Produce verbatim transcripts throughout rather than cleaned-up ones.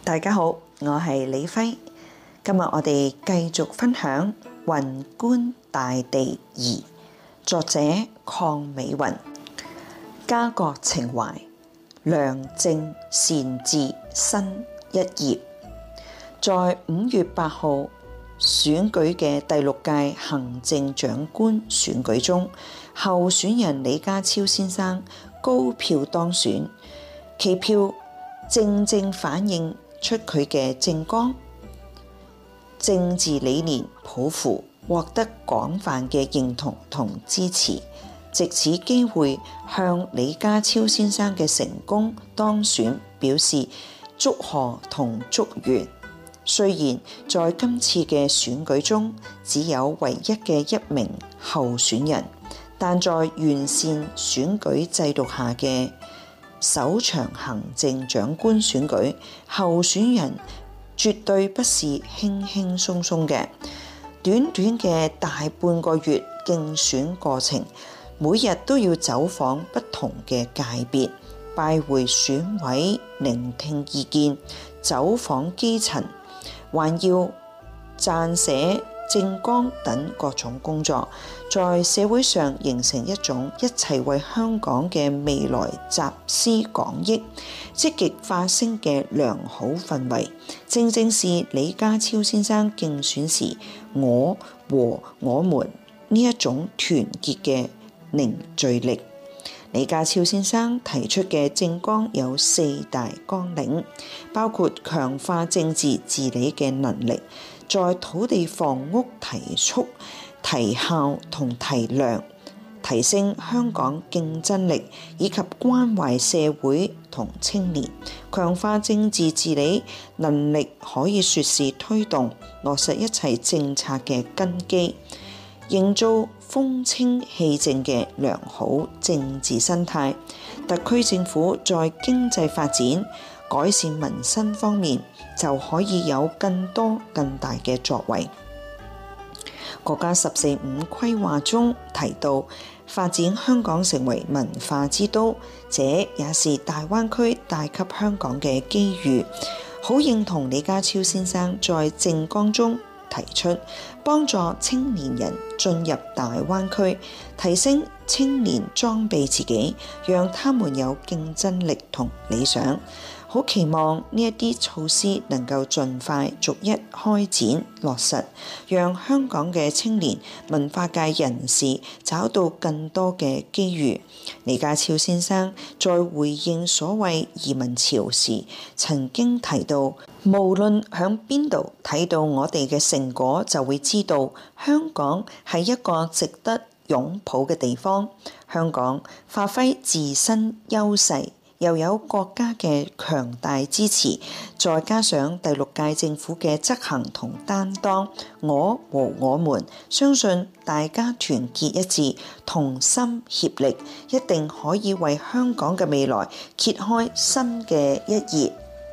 大家好，我係李輝。今日我哋繼續分享《雲觀大地二》，作者鄺美雲。家國情懷，良政善治新一頁。在五月八號選舉嘅第六屆行政長官選舉中，候選人李家超先生高票當選，其票正正反映出佢嘅政綱、政治理念抱負，獲得廣泛嘅認同同支持。藉此機會向李家超先生嘅成功當選表示祝賀同祝願。雖然在今次嘅選舉中只有唯一嘅一名候選人，但在完善選舉制度下嘅首場行政長官選舉，候選人絕對不是輕輕鬆鬆嘅。短短嘅大半個月競選過程，每日都要走訪不同嘅界別，拜會選委，聆聽意見，走訪基層，還要撰寫政綱等各種工作，在社會上形成一種一齊為香港嘅未來集思廣益、積極發聲嘅良好氛圍，正正是李家超先生競選時我和我們呢一種團結嘅凝聚力。李家超先生提出嘅政綱有四大綱領，包括強化政治治理嘅能力，在土地房屋提速、提效同提量，提升香港競爭力，以及關懷社會同青年。強化政治治理能力可以說是推動落實一切政策嘅根基，營造風清氣正嘅良好政治生態。特區政府在經濟發展、改善民生方面就可以有更多更大嘅作為。國家十四五規劃中提到發展香港成為文化之都，這也是大灣區帶給香港嘅機遇。好認同李家超先生在政綱中提出幫助青年人進入大灣區，提升青年裝備自己，讓他們有競爭力同理想。好期望呢一啲措施能夠盡快逐一開展落實，讓香港嘅青年文化界人士找到更多嘅機遇。李家超先生在回應所謂移民潮時曾經提到，無論響邊度睇到我哋嘅成果，就會知道香港係一個值得擁抱嘅地方。香港發揮自身優勢，又有國家嘅強大支持，再加上第六屆政府嘅執行同擔當，我和我們相信大家團結一致，同心協力，一定可以為香港嘅未來揭開新嘅一頁。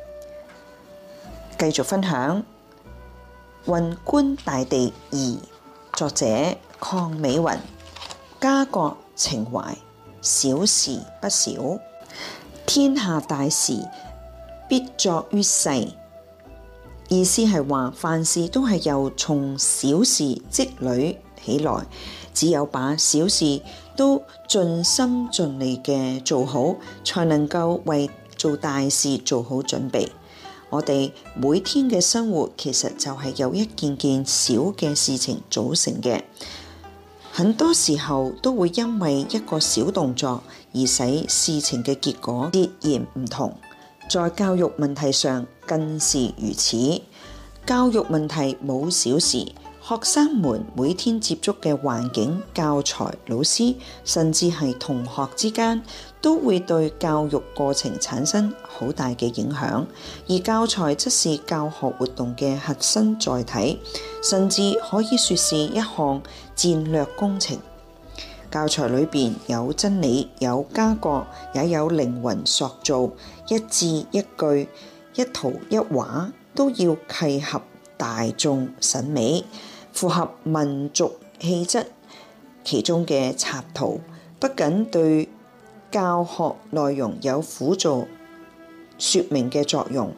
繼續分享《雲觀大地二》，作者鄺美雲。家國情懷，小事不小。天下大事必作於細，意思係話凡事都係由從小事積累起來，只有把小事都盡心盡力嘅做好，才能夠為做大事做好準備。我哋每天嘅生活其實就係由一件件小嘅事情組成嘅，很多時候都會因為一個小動作而使事情嘅結果截然唔同。在教育問題上更是如此。教育問題冇小事，學生們每天接觸嘅環境、教材、老師，甚至係同學之間，都會對教育過程產生好大嘅影響。而教材則是教學活動嘅核心載體，甚至可以說是一項戰略工程。教材裏邊有真理，有家國，也有靈魂塑造。一字一句，一圖一畫，都要契合大眾審美，符合民族氣質。其中嘅插圖不僅對教學內容有輔助說明嘅作用，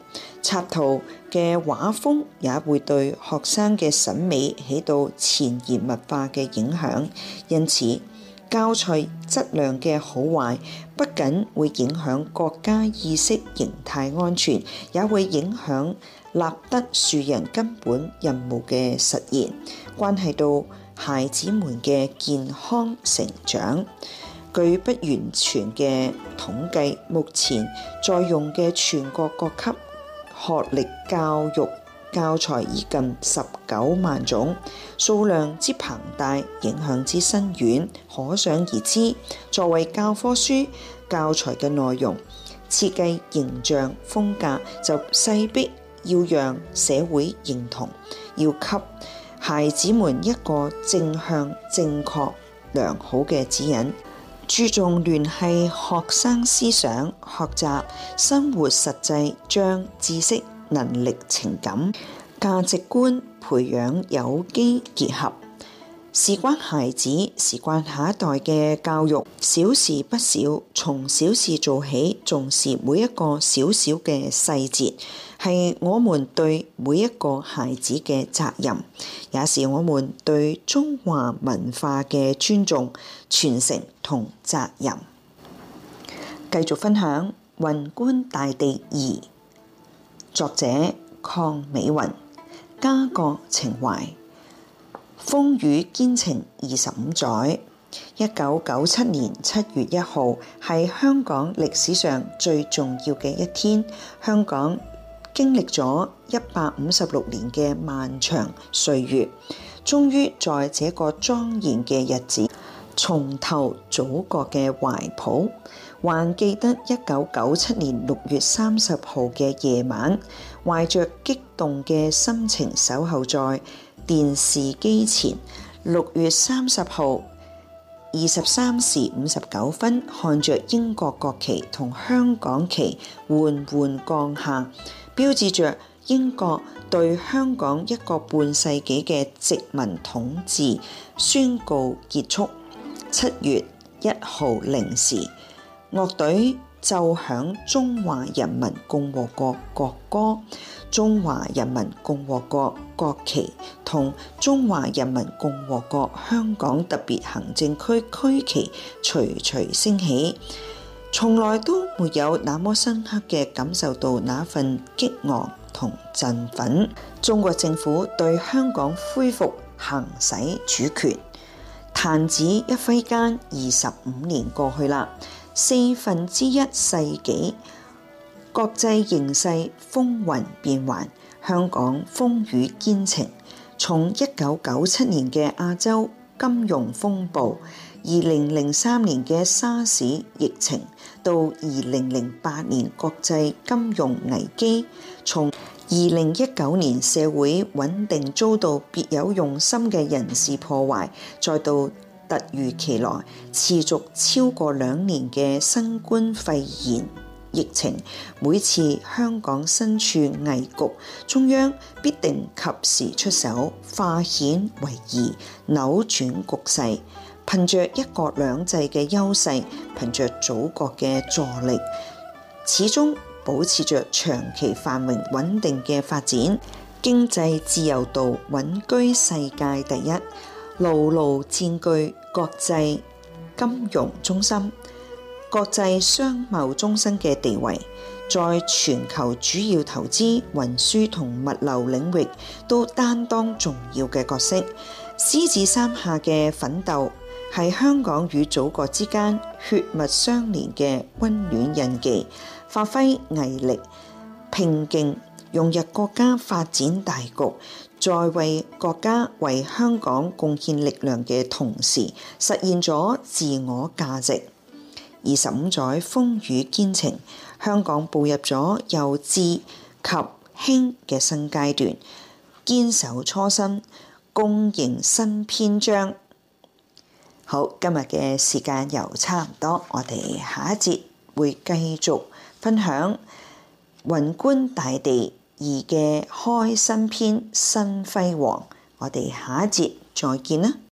插圖嘅畫風也會對學生嘅審美起到潛移默化嘅影響，因此教材質量嘅好壞不僅會影響國家意識形態安全，也會影響立德樹人根本任務嘅實現，關係到孩子們嘅健康成長。據不完全嘅統計，目前在用嘅全國各級學歷教育教材已近十九萬種，數量之龐大，影響之深遠，可想而知。作為教科書教材嘅內容設計形象風格，就勢必要讓社會認同，要給孩子們一個正向、正確、良好嘅指引。注重聯繫學生思想、學習、生活實際，將知識、能力、情感、價值觀培養有機結合，事關孩子，事關下一代嘅教育。小事不小，從小事做起，重視每一個小小嘅細節，係我們對每一個孩子嘅責任，也是我們對中華文化嘅尊重、傳承同責任。繼續分享《雲觀大地二》，作者鄺美雲。家國情懷，風雨兼程二十五載。一九九七年七月一號係香港歷史上最重要嘅一天。香港經歷咗一百五十六年嘅漫長歲月，終於在這個莊嚴嘅日子重投祖國嘅懷抱。還記得一九九七年六月三十號嘅夜晚，懷着激動嘅心情守候在電視機前。六月三十號二十三時五十九分，看着英國國旗同香港旗緩緩降下，標誌着英國對香港一個半世紀嘅殖民統治宣告結束。七月一號零時，樂隊奏響中華人民共和國國歌，中華人民共和國國旗同中華人民共和國香港特別行政區區旗徐徐升起。從來都沒有那麼深刻嘅感受到那份激昂同振奮。中國政府對香港恢復行使主權，彈指一揮間，二十五年過去啦。四分之一世紀，國際形勢風雲變幻，香港風雨兼程。從一九九七年嘅亞洲金融風暴，二零零三年嘅沙士疫情，到二零零八年國際金融危機，從二零一九年社會穩定遭到別有用心嘅人士破壞，再到突如其來持續超過兩年嘅新冠肺炎疫情，每次香港身處危局，中央必定及時出手，化險為夷，扭轉局勢。憑着一國兩制嘅優勢，憑着祖國嘅助力，始終保持着長期繁榮穩定嘅發展，經濟自由度穩居世界第一，牢牢佔據國際金融中心、國際商貿中心嘅地位，在全球主要投資、運輸同物流領域都擔當重要嘅角色。獅子山下嘅奮鬥係香港與祖國之間血脈相連嘅溫暖印記，發揮毅力、拼勁，融入國家發展大局，在為國家為香港貢獻力量嘅同時，實現咗自我價值。二十五載風雨兼程，香港步入咗由治及興嘅新階段，堅守初心，共迎新篇章。好，今日嘅時間又差唔多，我哋下一節會繼續分享《雲觀大地二》嘅開新篇新輝煌。我哋下一節再見啦！